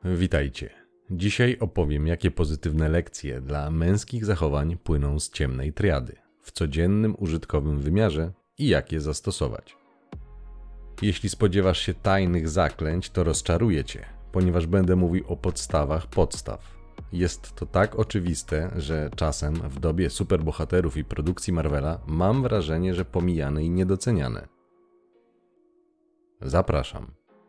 Witajcie. Dzisiaj opowiem, jakie pozytywne lekcje dla męskich zachowań płyną z ciemnej triady w codziennym użytkowym wymiarze i jak je zastosować. Jeśli spodziewasz się tajnych zaklęć, to rozczaruję Cię, ponieważ będę mówił o podstawach podstaw. Jest to tak oczywiste, że czasem w dobie superbohaterów i produkcji Marvela mam wrażenie, że pomijane i niedoceniane. Zapraszam.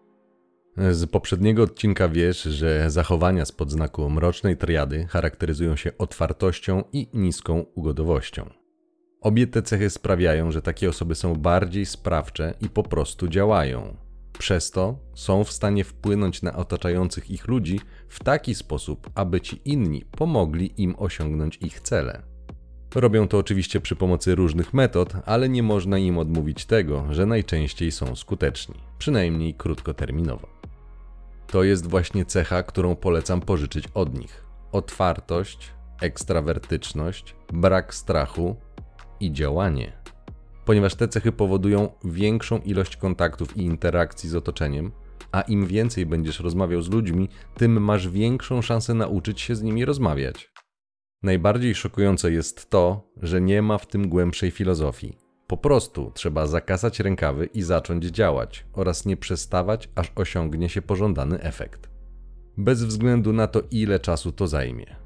Z poprzedniego odcinka wiesz, że zachowania spod znaku mrocznej triady charakteryzują się otwartością i niską ugodowością. Obie te cechy sprawiają, że takie osoby są bardziej sprawcze i po prostu działają. Przez to są w stanie wpłynąć na otaczających ich ludzi w taki sposób, aby ci inni pomogli im osiągnąć ich cele. Robią to oczywiście przy pomocy różnych metod, ale nie można im odmówić tego, że najczęściej są skuteczni, przynajmniej krótkoterminowo. To jest właśnie cecha, którą polecam pożyczyć od nich. Otwartość, ekstrawertyczność, brak strachu i działanie. Ponieważ te cechy powodują większą ilość kontaktów i interakcji z otoczeniem, a im więcej będziesz rozmawiał z ludźmi, tym masz większą szansę nauczyć się z nimi rozmawiać. Najbardziej szokujące jest to, że nie ma w tym głębszej filozofii. Po prostu trzeba zakasać rękawy i zacząć działać oraz nie przestawać, aż osiągnie się pożądany efekt. Bez względu na to, ile czasu to zajmie.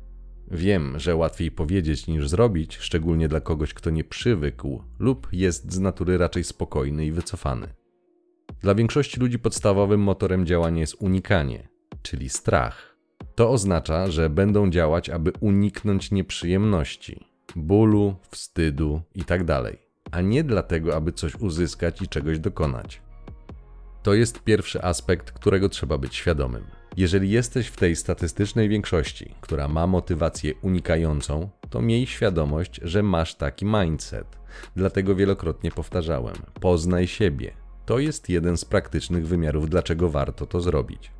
Wiem, że łatwiej powiedzieć niż zrobić, szczególnie dla kogoś, kto nie przywykł lub jest z natury raczej spokojny i wycofany. Dla większości ludzi podstawowym motorem działania jest unikanie, czyli strach. To oznacza, że będą działać, aby uniknąć nieprzyjemności, bólu, wstydu itd., a nie dlatego, aby coś uzyskać i czegoś dokonać. To jest pierwszy aspekt, którego trzeba być świadomym. Jeżeli jesteś w tej statystycznej większości, która ma motywację unikającą, to miej świadomość, że masz taki mindset. Dlatego wielokrotnie powtarzałem: poznaj siebie. To jest jeden z praktycznych wymiarów, dlaczego warto to zrobić.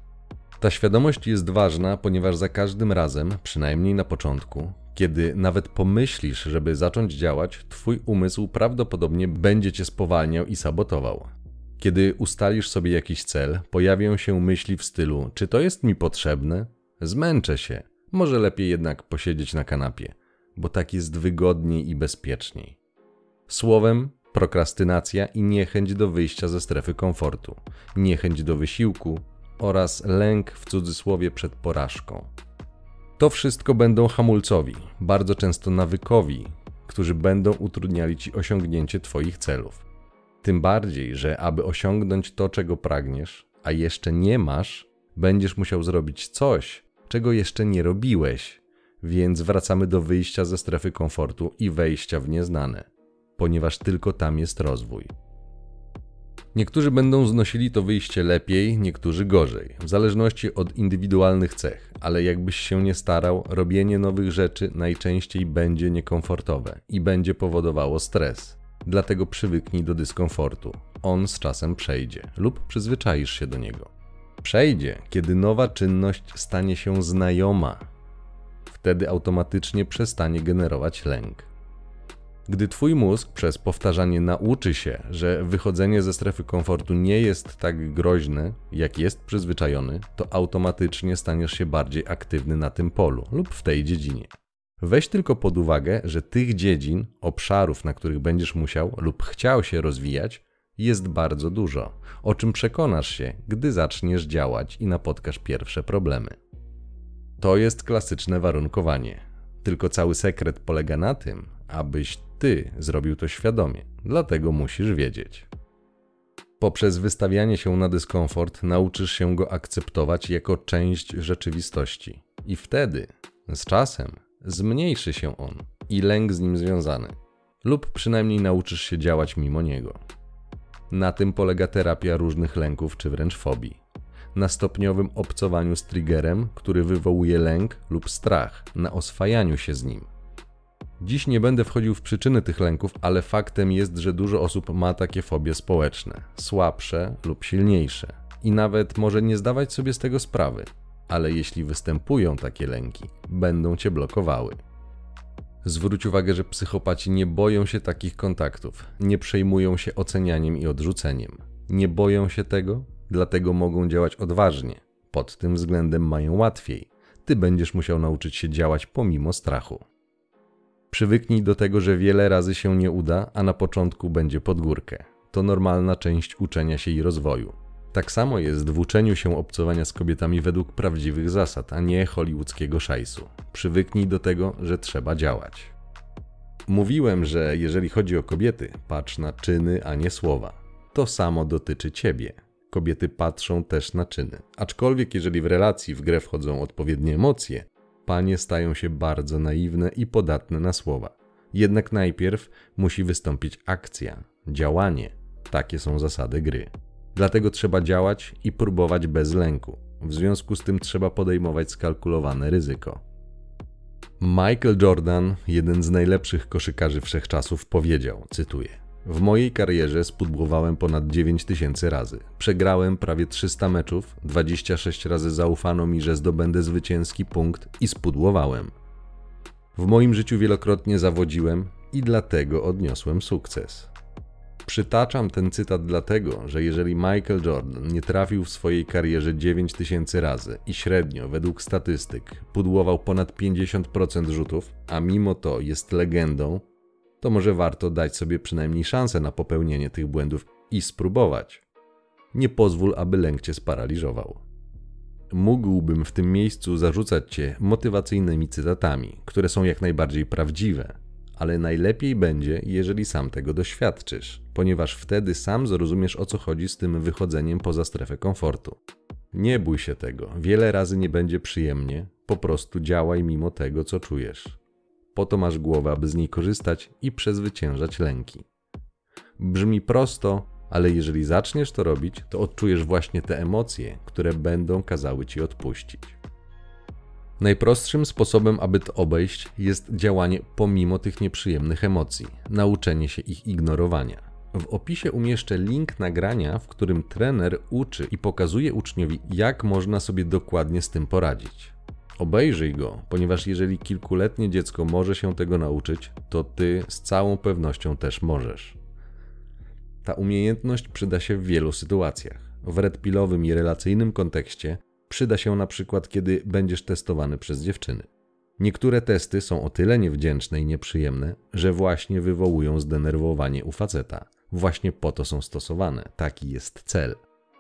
Ta świadomość jest ważna, ponieważ za każdym razem, przynajmniej na początku, kiedy nawet pomyślisz, żeby zacząć działać, twój umysł prawdopodobnie będzie cię spowalniał i sabotował. Kiedy ustalisz sobie jakiś cel, pojawią się myśli w stylu: czy to jest mi potrzebne? Zmęczę się. Może lepiej jednak posiedzieć na kanapie, bo tak jest wygodniej i bezpieczniej. Słowem, prokrastynacja i niechęć do wyjścia ze strefy komfortu, niechęć do wysiłku oraz lęk w cudzysłowie przed porażką. To wszystko będą hamulcowi, bardzo często nawykowi, którzy będą utrudniali ci osiągnięcie twoich celów. Tym bardziej, że aby osiągnąć to, czego pragniesz, a jeszcze nie masz, będziesz musiał zrobić coś, czego jeszcze nie robiłeś, więc wracamy do wyjścia ze strefy komfortu i wejścia w nieznane, ponieważ tylko tam jest rozwój. Niektórzy będą znosili to wyjście lepiej, niektórzy gorzej, w zależności od indywidualnych cech, ale jakbyś się nie starał, robienie nowych rzeczy najczęściej będzie niekomfortowe i będzie powodowało stres. Dlatego przywyknij do dyskomfortu. On z czasem przejdzie lub przyzwyczaisz się do niego. Przejdzie, kiedy nowa czynność stanie się znajoma. Wtedy automatycznie przestanie generować lęk. Gdy twój mózg przez powtarzanie nauczy się, że wychodzenie ze strefy komfortu nie jest tak groźne, jak jest przyzwyczajony, to automatycznie staniesz się bardziej aktywny na tym polu lub w tej dziedzinie. Weź tylko pod uwagę, że tych dziedzin, obszarów, na których będziesz musiał lub chciał się rozwijać, jest bardzo dużo, o czym przekonasz się, gdy zaczniesz działać i napotkasz pierwsze problemy. To jest klasyczne warunkowanie. Tylko cały sekret polega na tym, abyś ty zrobił to świadomie, dlatego musisz wiedzieć. Poprzez wystawianie się na dyskomfort nauczysz się go akceptować jako część rzeczywistości i wtedy, z czasem, zmniejszy się on i lęk z nim związany, lub przynajmniej nauczysz się działać mimo niego. Na tym polega terapia różnych lęków czy wręcz fobii. Na stopniowym obcowaniu z triggerem, który wywołuje lęk lub strach, na oswajaniu się z nim. Dziś nie będę wchodził w przyczyny tych lęków, ale faktem jest, że dużo osób ma takie fobie społeczne, słabsze lub silniejsze i nawet może nie zdawać sobie z tego sprawy, ale jeśli występują takie lęki, będą cię blokowały. Zwróć uwagę, że psychopaci nie boją się takich kontaktów, nie przejmują się ocenianiem i odrzuceniem. Nie boją się tego, dlatego mogą działać odważnie, Pod tym względem mają łatwiej. Ty będziesz musiał nauczyć się działać pomimo strachu. Przywyknij do tego, że wiele razy się nie uda, a na początku będzie pod górkę. To normalna część uczenia się i rozwoju. Tak samo jest w uczeniu się obcowania z kobietami według prawdziwych zasad, a nie hollywoodzkiego szajsu. Przywyknij do tego, że trzeba działać. Mówiłem, że jeżeli chodzi o kobiety, patrz na czyny, a nie słowa. To samo dotyczy ciebie. Kobiety patrzą też na czyny. Aczkolwiek jeżeli w relacji w grę wchodzą odpowiednie emocje, panie stają się bardzo naiwne i podatne na słowa. Jednak najpierw musi wystąpić akcja, działanie. Takie są zasady gry. Dlatego trzeba działać i próbować bez lęku. W związku z tym trzeba podejmować skalkulowane ryzyko. Michael Jordan, jeden z najlepszych koszykarzy wszechczasów, powiedział, cytuję: w mojej karierze spudłowałem ponad 9000 razy. Przegrałem prawie 300 meczów, 26 razy zaufano mi, że zdobędę zwycięski punkt i spudłowałem. W moim życiu wielokrotnie zawodziłem i dlatego odniosłem sukces. Przytaczam ten cytat dlatego, że jeżeli Michael Jordan nie trafił w swojej karierze 9000 razy i średnio, według statystyk, pudłował ponad 50% rzutów, a mimo to jest legendą, to może warto dać sobie przynajmniej szansę na popełnienie tych błędów i spróbować. Nie pozwól, aby lęk cię sparaliżował. Mógłbym w tym miejscu zarzucać cię motywacyjnymi cytatami, które są jak najbardziej prawdziwe, ale najlepiej będzie, jeżeli sam tego doświadczysz, ponieważ wtedy sam zrozumiesz, o co chodzi z tym wychodzeniem poza strefę komfortu. Nie bój się tego, wiele razy nie będzie przyjemnie, po prostu działaj mimo tego, co czujesz. Po to masz głowę, aby z niej korzystać i przezwyciężać lęki. Brzmi prosto, ale jeżeli zaczniesz to robić, to odczujesz właśnie te emocje, które będą kazały ci odpuścić. Najprostszym sposobem, aby to obejść, jest działanie pomimo tych nieprzyjemnych emocji, nauczenie się ich ignorowania. W opisie umieszczę link nagrania, w którym trener uczy i pokazuje uczniowi, jak można sobie dokładnie z tym poradzić. Obejrzyj go, ponieważ jeżeli kilkuletnie dziecko może się tego nauczyć, to ty z całą pewnością też możesz. Ta umiejętność przyda się w wielu sytuacjach. W redpillowym i relacyjnym kontekście przyda się na przykład, kiedy będziesz testowany przez dziewczyny. Niektóre testy są o tyle niewdzięczne i nieprzyjemne, że właśnie wywołują zdenerwowanie u faceta. Właśnie po to są stosowane. Taki jest cel.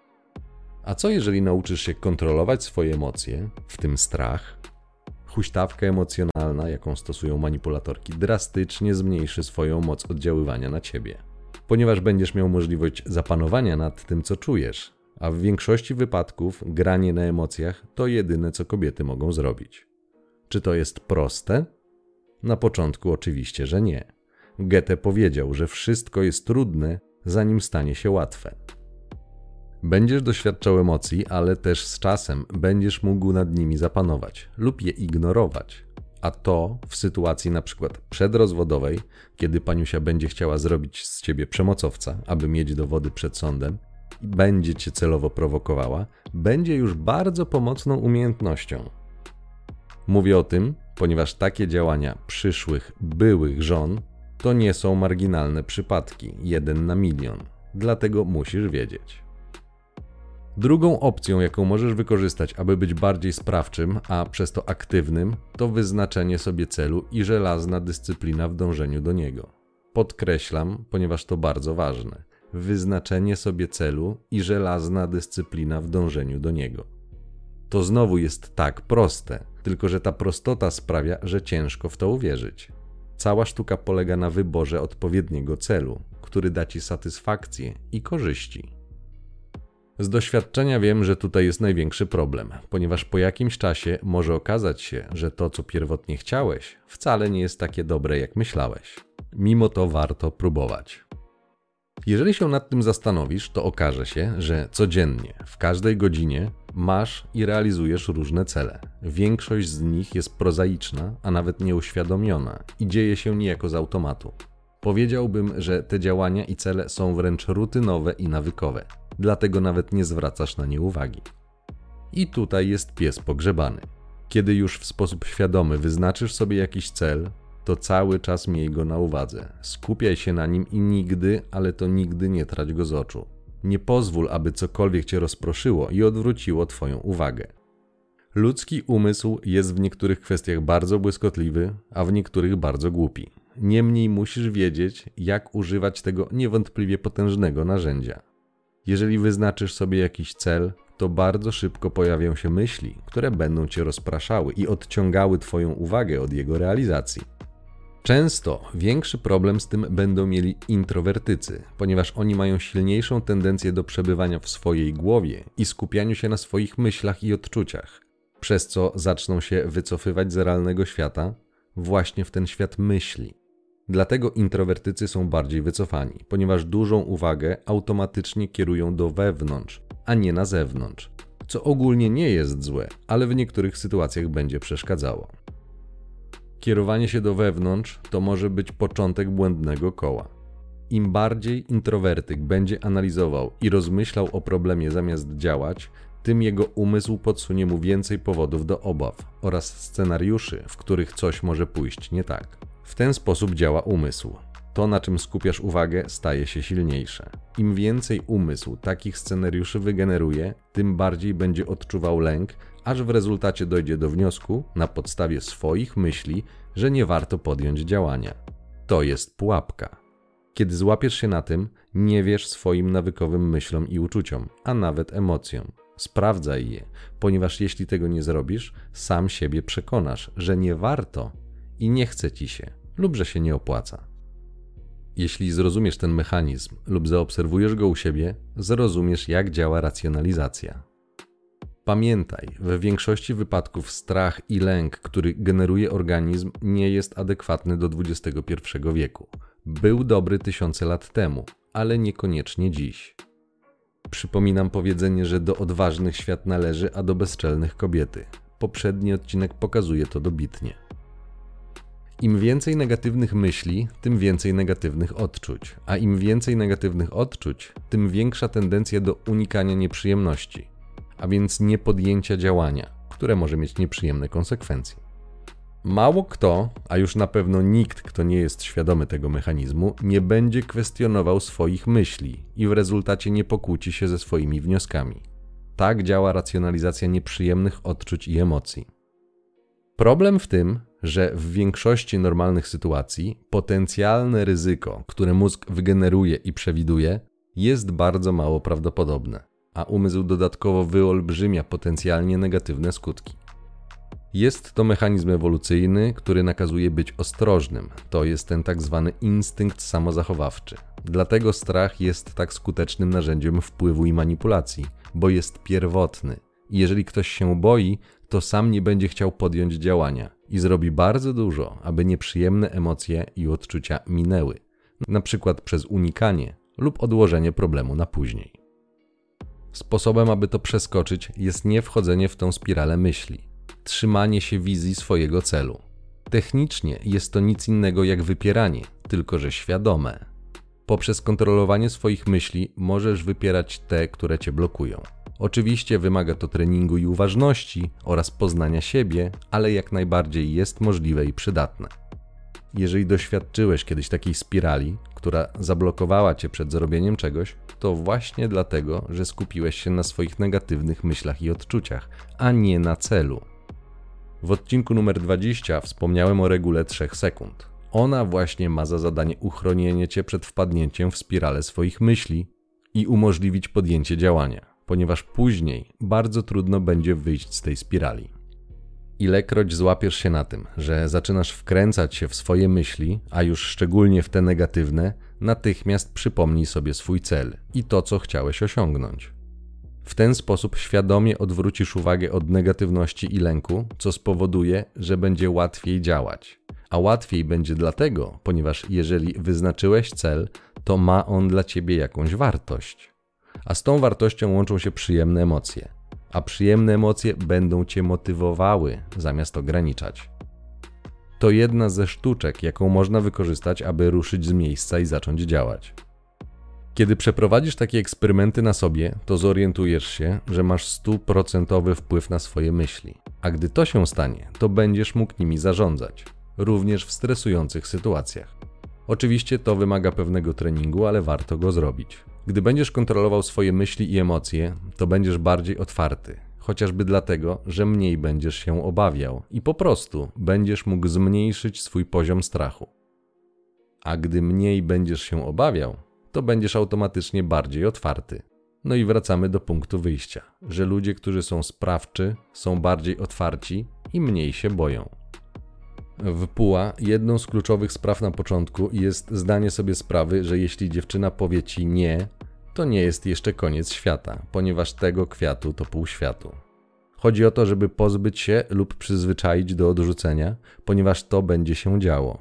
A co jeżeli nauczysz się kontrolować swoje emocje, w tym strach? Huśtawka emocjonalna, jaką stosują manipulatorki, drastycznie zmniejszy swoją moc oddziaływania na ciebie. Ponieważ będziesz miał możliwość zapanowania nad tym, co czujesz, a w większości wypadków granie na emocjach to jedyne, co kobiety mogą zrobić. Czy to jest proste? Na początku oczywiście, że nie. Goethe powiedział, że wszystko jest trudne, zanim stanie się łatwe. Będziesz doświadczał emocji, ale też z czasem będziesz mógł nad nimi zapanować lub je ignorować. A to w sytuacji na przykład przedrozwodowej, kiedy paniusia będzie chciała zrobić z ciebie przemocowca, aby mieć dowody przed sądem i będzie cię celowo prowokowała, będzie już bardzo pomocną umiejętnością. Mówię o tym, ponieważ takie działania przyszłych, byłych żon to nie są marginalne przypadki, 1 na milion. Dlatego musisz wiedzieć. Drugą opcją, jaką możesz wykorzystać, aby być bardziej sprawczym, a przez to aktywnym, to wyznaczenie sobie celu i żelazna dyscyplina w dążeniu do niego. Podkreślam, ponieważ to bardzo ważne. Wyznaczenie sobie celu i żelazna dyscyplina w dążeniu do niego. To znowu jest tak proste, tylko że ta prostota sprawia, że ciężko w to uwierzyć. Cała sztuka polega na wyborze odpowiedniego celu, który da ci satysfakcję i korzyści. Z doświadczenia wiem, że tutaj jest największy problem, ponieważ po jakimś czasie może okazać się, że to, co pierwotnie chciałeś, wcale nie jest takie dobre, jak myślałeś. Mimo to warto próbować. Jeżeli się nad tym zastanowisz, to okaże się, że codziennie, w każdej godzinie masz i realizujesz różne cele. Większość z nich jest prozaiczna, a nawet nieuświadomiona i dzieje się niejako z automatu. Powiedziałbym, że te działania i cele są wręcz rutynowe i nawykowe, dlatego nawet nie zwracasz na nie uwagi. I tutaj jest pies pogrzebany. Kiedy już w sposób świadomy wyznaczysz sobie jakiś cel, to cały czas miej go na uwadze. Skupiaj się na nim i nigdy, ale to nigdy nie trać go z oczu. Nie pozwól, aby cokolwiek cię rozproszyło i odwróciło twoją uwagę. Ludzki umysł jest w niektórych kwestiach bardzo błyskotliwy, a w niektórych bardzo głupi. Niemniej musisz wiedzieć, jak używać tego niewątpliwie potężnego narzędzia. Jeżeli wyznaczysz sobie jakiś cel, to bardzo szybko pojawią się myśli, które będą cię rozpraszały i odciągały twoją uwagę od jego realizacji. Często większy problem z tym będą mieli introwertycy, ponieważ oni mają silniejszą tendencję do przebywania w swojej głowie i skupianiu się na swoich myślach i odczuciach, przez co zaczną się wycofywać z realnego świata właśnie w ten świat myśli. Dlatego introwertycy są bardziej wycofani, ponieważ dużą uwagę automatycznie kierują do wewnątrz, a nie na zewnątrz, co ogólnie nie jest złe, ale w niektórych sytuacjach będzie przeszkadzało. Kierowanie się do wewnątrz to może być początek błędnego koła. Im bardziej introwertyk będzie analizował i rozmyślał o problemie zamiast działać, tym jego umysł podsunie mu więcej powodów do obaw oraz scenariuszy, w których coś może pójść nie tak. W ten sposób działa umysł. To, na czym skupiasz uwagę, staje się silniejsze. Im więcej umysł takich scenariuszy wygeneruje, tym bardziej będzie odczuwał lęk, aż w rezultacie dojdzie do wniosku, na podstawie swoich myśli, że nie warto podjąć działania. To jest pułapka. Kiedy złapiesz się na tym, nie wierz swoim nawykowym myślom i uczuciom, a nawet emocjom. Sprawdzaj je, ponieważ jeśli tego nie zrobisz, sam siebie przekonasz, że nie warto i nie chce ci się, lub że się nie opłaca. Jeśli zrozumiesz ten mechanizm lub zaobserwujesz go u siebie, zrozumiesz, jak działa racjonalizacja. Pamiętaj, w większości wypadków strach i lęk, który generuje organizm, nie jest adekwatny do XXI wieku. Był dobry tysiące lat temu, ale niekoniecznie dziś. Przypominam powiedzenie, że do odważnych świat należy, a do bezczelnych kobiety. Poprzedni odcinek pokazuje to dobitnie. Im więcej negatywnych myśli, tym więcej negatywnych odczuć, a im więcej negatywnych odczuć, tym większa tendencja do unikania nieprzyjemności, a więc niepodjęcia działania, które może mieć nieprzyjemne konsekwencje. Mało kto, a już na pewno nikt, kto nie jest świadomy tego mechanizmu, nie będzie kwestionował swoich myśli i w rezultacie nie pokłóci się ze swoimi wnioskami. Tak działa racjonalizacja nieprzyjemnych odczuć i emocji. Problem w tym, że w większości normalnych sytuacji potencjalne ryzyko, które mózg wygeneruje i przewiduje, jest bardzo mało prawdopodobne, a umysł dodatkowo wyolbrzymia potencjalnie negatywne skutki. Jest to mechanizm ewolucyjny, który nakazuje być ostrożnym. To jest ten tak zwany instynkt samozachowawczy. Dlatego strach jest tak skutecznym narzędziem wpływu i manipulacji, bo jest pierwotny. I jeżeli ktoś się boi, to sam nie będzie chciał podjąć działania i zrobi bardzo dużo, aby nieprzyjemne emocje i odczucia minęły, na przykład przez unikanie lub odłożenie problemu na później. Sposobem, aby to przeskoczyć, jest nie wchodzenie w tą spiralę myśli, trzymanie się wizji swojego celu. Technicznie jest to nic innego jak wypieranie, tylko że świadome. Poprzez kontrolowanie swoich myśli możesz wypierać te, które cię blokują. Oczywiście wymaga to treningu i uważności oraz poznania siebie, ale jak najbardziej jest możliwe i przydatne. Jeżeli doświadczyłeś kiedyś takiej spirali, która zablokowała cię przed zrobieniem czegoś, to właśnie dlatego, że skupiłeś się na swoich negatywnych myślach i odczuciach, a nie na celu. W odcinku numer 20 wspomniałem o regule 3 sekund. Ona właśnie ma za zadanie uchronienie cię przed wpadnięciem w spiralę swoich myśli i umożliwić podjęcie działania, ponieważ później bardzo trudno będzie wyjść z tej spirali. Ilekroć złapiesz się na tym, że zaczynasz wkręcać się w swoje myśli, a już szczególnie w te negatywne, natychmiast przypomnij sobie swój cel i to, co chciałeś osiągnąć. W ten sposób świadomie odwrócisz uwagę od negatywności i lęku, co spowoduje, że będzie łatwiej działać. A łatwiej będzie dlatego, ponieważ jeżeli wyznaczyłeś cel, to ma on dla ciebie jakąś wartość. A z tą wartością łączą się przyjemne emocje. A przyjemne emocje będą cię motywowały, zamiast ograniczać. To jedna ze sztuczek, jaką można wykorzystać, aby ruszyć z miejsca i zacząć działać. Kiedy przeprowadzisz takie eksperymenty na sobie, to zorientujesz się, że masz 100% wpływ na swoje myśli. A gdy to się stanie, to będziesz mógł nimi zarządzać, również w stresujących sytuacjach. Oczywiście to wymaga pewnego treningu, ale warto go zrobić. Gdy będziesz kontrolował swoje myśli i emocje, to będziesz bardziej otwarty, chociażby dlatego, że mniej będziesz się obawiał i po prostu będziesz mógł zmniejszyć swój poziom strachu. A gdy mniej będziesz się obawiał, to będziesz automatycznie bardziej otwarty. No i wracamy do punktu wyjścia, że ludzie, którzy są sprawczy, są bardziej otwarci i mniej się boją. W PUA jedną z kluczowych spraw na początku jest zdanie sobie sprawy, że jeśli dziewczyna powie ci nie, to nie jest jeszcze koniec świata, ponieważ tego kwiatu to pół światu. Chodzi o to, żeby pozbyć się lub przyzwyczaić do odrzucenia, ponieważ to będzie się działo.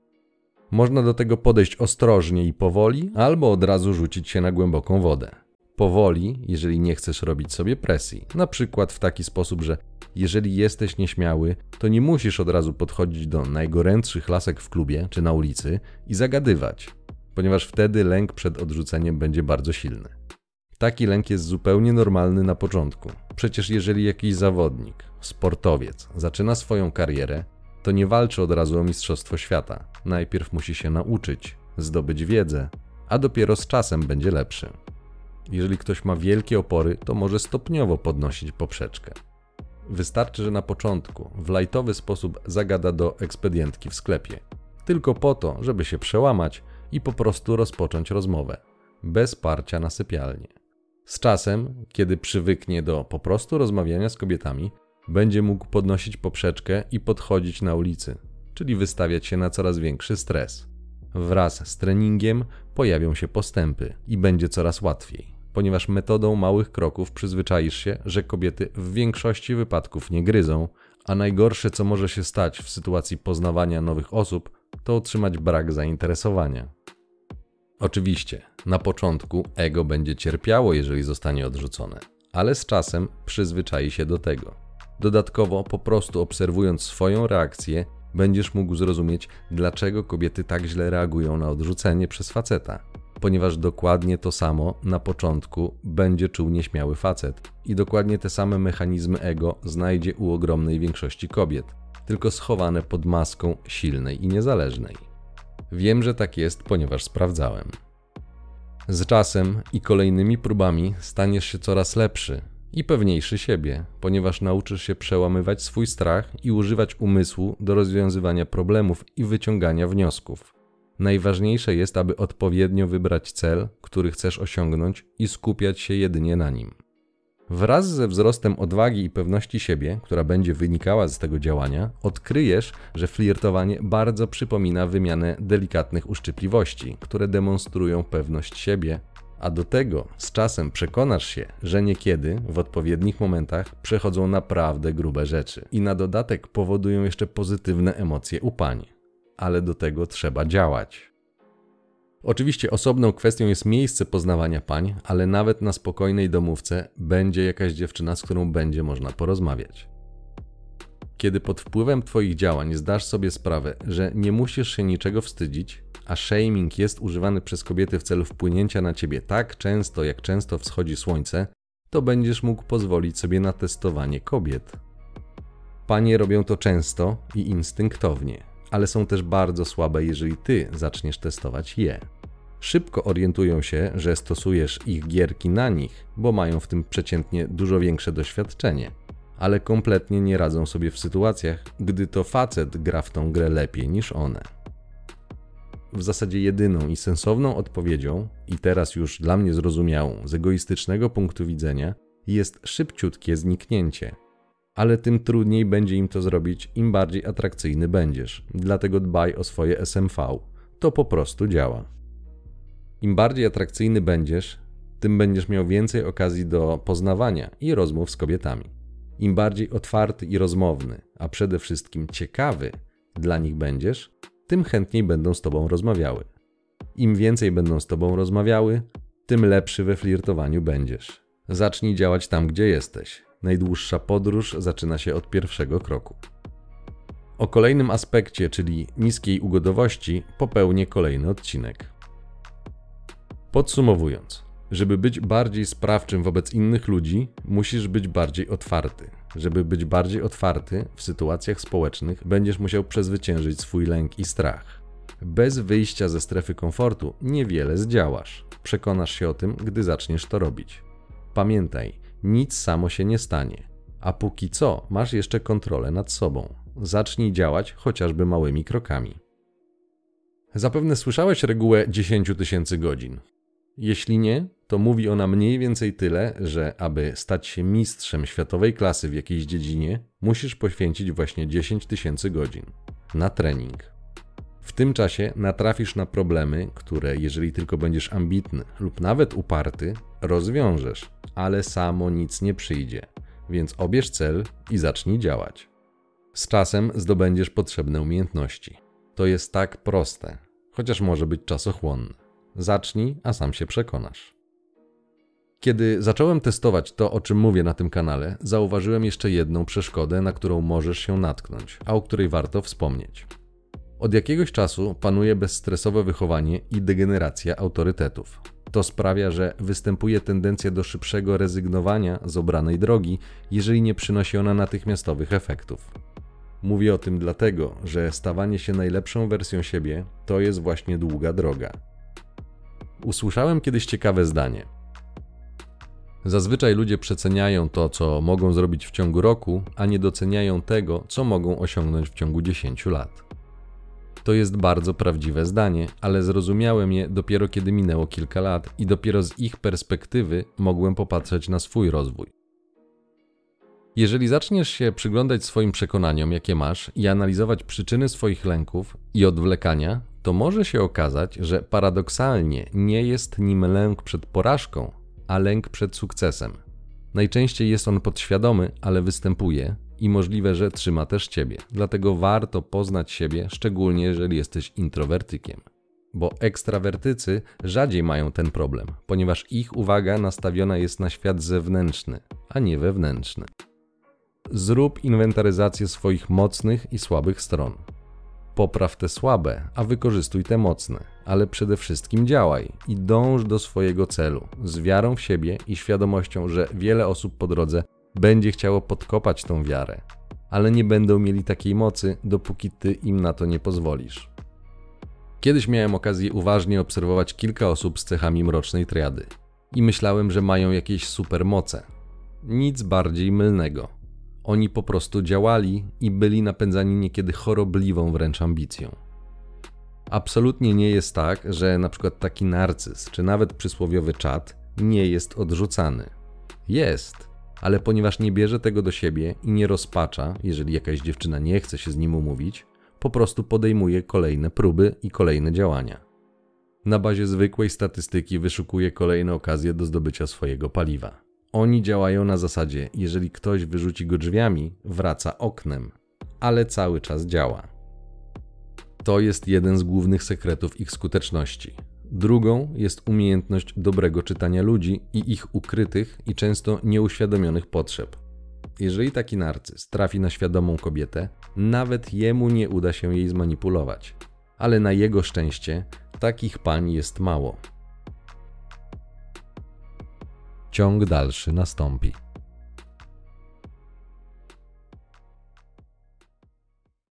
Można do tego podejść ostrożnie i powoli, albo od razu rzucić się na głęboką wodę. Powoli, jeżeli nie chcesz robić sobie presji. Na przykład w taki sposób, że jeżeli jesteś nieśmiały, to nie musisz od razu podchodzić do najgorętszych lasek w klubie czy na ulicy i zagadywać, ponieważ wtedy lęk przed odrzuceniem będzie bardzo silny. Taki lęk jest zupełnie normalny na początku. Przecież jeżeli jakiś zawodnik, sportowiec zaczyna swoją karierę, to nie walczy od razu o mistrzostwo świata. Najpierw musi się nauczyć, zdobyć wiedzę, a dopiero z czasem będzie lepszy. Jeżeli ktoś ma wielkie opory, to może stopniowo podnosić poprzeczkę. Wystarczy, że na początku w lajtowy sposób zagada do ekspedientki w sklepie. Tylko po to, żeby się przełamać i po prostu rozpocząć rozmowę. Bez parcia na sypialnię. Z czasem, kiedy przywyknie do po prostu rozmawiania z kobietami, będzie mógł podnosić poprzeczkę i podchodzić na ulicy, czyli wystawiać się na coraz większy stres. Wraz z treningiem pojawią się postępy i będzie coraz łatwiej, ponieważ metodą małych kroków przyzwyczaisz się, że kobiety w większości wypadków nie gryzą, a najgorsze, co może się stać w sytuacji poznawania nowych osób, to otrzymać brak zainteresowania. Oczywiście, na początku ego będzie cierpiało, jeżeli zostanie odrzucone, ale z czasem przyzwyczai się do tego. Dodatkowo, po prostu obserwując swoją reakcję, będziesz mógł zrozumieć, dlaczego kobiety tak źle reagują na odrzucenie przez faceta. Ponieważ dokładnie to samo na początku będzie czuł nieśmiały facet i dokładnie te same mechanizmy ego znajdzie u ogromnej większości kobiet, tylko schowane pod maską silnej i niezależnej. Wiem, że tak jest, ponieważ sprawdzałem. Z czasem i kolejnymi próbami staniesz się coraz lepszy i pewniejszy siebie, ponieważ nauczysz się przełamywać swój strach i używać umysłu do rozwiązywania problemów i wyciągania wniosków. Najważniejsze jest, aby odpowiednio wybrać cel, który chcesz osiągnąć i skupiać się jedynie na nim. Wraz ze wzrostem odwagi i pewności siebie, która będzie wynikała z tego działania, odkryjesz, że flirtowanie bardzo przypomina wymianę delikatnych uszczypliwości, które demonstrują pewność siebie, a do tego z czasem przekonasz się, że niekiedy w odpowiednich momentach przechodzą naprawdę grube rzeczy i na dodatek powodują jeszcze pozytywne emocje u pań. Ale do tego trzeba działać. Oczywiście osobną kwestią jest miejsce poznawania pań, ale nawet na spokojnej domówce będzie jakaś dziewczyna, z którą będzie można porozmawiać. Kiedy pod wpływem Twoich działań zdasz sobie sprawę, że nie musisz się niczego wstydzić, a shaming jest używany przez kobiety w celu wpłynięcia na Ciebie tak często, jak często wschodzi słońce, to będziesz mógł pozwolić sobie na testowanie kobiet. Panie robią to często i instynktownie, ale są też bardzo słabe, jeżeli Ty zaczniesz testować je. Szybko orientują się, że stosujesz ich gierki na nich, bo mają w tym przeciętnie dużo większe doświadczenie, ale kompletnie nie radzą sobie w sytuacjach, gdy to facet gra w tą grę lepiej niż one. W zasadzie jedyną i sensowną odpowiedzią, i teraz już dla mnie zrozumiałą z egoistycznego punktu widzenia, jest szybciutkie zniknięcie. Ale tym trudniej będzie im to zrobić, im bardziej atrakcyjny będziesz. Dlatego dbaj o swoje SMV. To po prostu działa. Im bardziej atrakcyjny będziesz, tym będziesz miał więcej okazji do poznawania i rozmów z kobietami. Im bardziej otwarty i rozmowny, a przede wszystkim ciekawy dla nich będziesz, tym chętniej będą z Tobą rozmawiały. Im więcej będą z Tobą rozmawiały, tym lepszy we flirtowaniu będziesz. Zacznij działać tam, gdzie jesteś. Najdłuższa podróż zaczyna się od pierwszego kroku. O kolejnym aspekcie, czyli niskiej ugodowości, popełnię kolejny odcinek. Podsumowując, żeby być bardziej sprawczym wobec innych ludzi, musisz być bardziej otwarty. Żeby być bardziej otwarty w sytuacjach społecznych, będziesz musiał przezwyciężyć swój lęk i strach. Bez wyjścia ze strefy komfortu niewiele zdziałasz. Przekonasz się o tym, gdy zaczniesz to robić. Pamiętaj, nic samo się nie stanie. A póki co masz jeszcze kontrolę nad sobą. Zacznij działać chociażby małymi krokami. Zapewne słyszałeś regułę 10 000 godzin. Jeśli nie, to mówi ona mniej więcej tyle, że aby stać się mistrzem światowej klasy w jakiejś dziedzinie, musisz poświęcić właśnie 10 000 godzin na trening. W tym czasie natrafisz na problemy, które jeżeli tylko będziesz ambitny lub nawet uparty, rozwiążesz, ale samo nic nie przyjdzie, więc obierz cel i zacznij działać. Z czasem zdobędziesz potrzebne umiejętności. To jest tak proste, chociaż może być czasochłonne. Zacznij, a sam się przekonasz. Kiedy zacząłem testować to, o czym mówię na tym kanale, zauważyłem jeszcze jedną przeszkodę, na którą możesz się natknąć, a o której warto wspomnieć. Od jakiegoś czasu panuje bezstresowe wychowanie i degeneracja autorytetów. To sprawia, że występuje tendencja do szybszego rezygnowania z obranej drogi, jeżeli nie przynosi ona natychmiastowych efektów. Mówię o tym dlatego, że stawanie się najlepszą wersją siebie to jest właśnie długa droga. Usłyszałem kiedyś ciekawe zdanie. Zazwyczaj ludzie przeceniają to, co mogą zrobić w ciągu roku, a nie doceniają tego, co mogą osiągnąć w ciągu 10 lat. To jest bardzo prawdziwe zdanie, ale zrozumiałem je dopiero kiedy minęło kilka lat i dopiero z ich perspektywy mogłem popatrzeć na swój rozwój. Jeżeli zaczniesz się przyglądać swoim przekonaniom, jakie masz, i analizować przyczyny swoich lęków i odwlekania, to może się okazać, że paradoksalnie nie jest nim lęk przed porażką, a lęk przed sukcesem. Najczęściej jest on podświadomy, ale występuje i możliwe, że trzyma też ciebie. Dlatego warto poznać siebie, szczególnie jeżeli jesteś introwertykiem. Bo ekstrawertycy rzadziej mają ten problem, ponieważ ich uwaga nastawiona jest na świat zewnętrzny, a nie wewnętrzny. Zrób inwentaryzację swoich mocnych i słabych stron. Popraw te słabe, a wykorzystuj te mocne, ale przede wszystkim działaj i dąż do swojego celu z wiarą w siebie i świadomością, że wiele osób po drodze będzie chciało podkopać tą wiarę, ale nie będą mieli takiej mocy, dopóki ty im na to nie pozwolisz. Kiedyś miałem okazję uważnie obserwować kilka osób z cechami mrocznej triady i myślałem, że mają jakieś supermoce. Nic bardziej mylnego. Oni po prostu działali i byli napędzani niekiedy chorobliwą wręcz ambicją. Absolutnie nie jest tak, że na przykład taki narcyz, czy nawet przysłowiowy czad nie jest odrzucany. Jest, ale ponieważ nie bierze tego do siebie i nie rozpacza, jeżeli jakaś dziewczyna nie chce się z nim umówić, po prostu podejmuje kolejne próby i kolejne działania. Na bazie zwykłej statystyki wyszukuje kolejne okazje do zdobycia swojego paliwa. Oni działają na zasadzie, jeżeli ktoś wyrzuci go drzwiami, wraca oknem, ale cały czas działa. To jest jeden z głównych sekretów ich skuteczności. Drugą jest umiejętność dobrego czytania ludzi i ich ukrytych i często nieuświadomionych potrzeb. Jeżeli taki narcyz trafi na świadomą kobietę, nawet jemu nie uda się jej zmanipulować. Ale na jego szczęście takich pań jest mało. Ciąg dalszy nastąpi.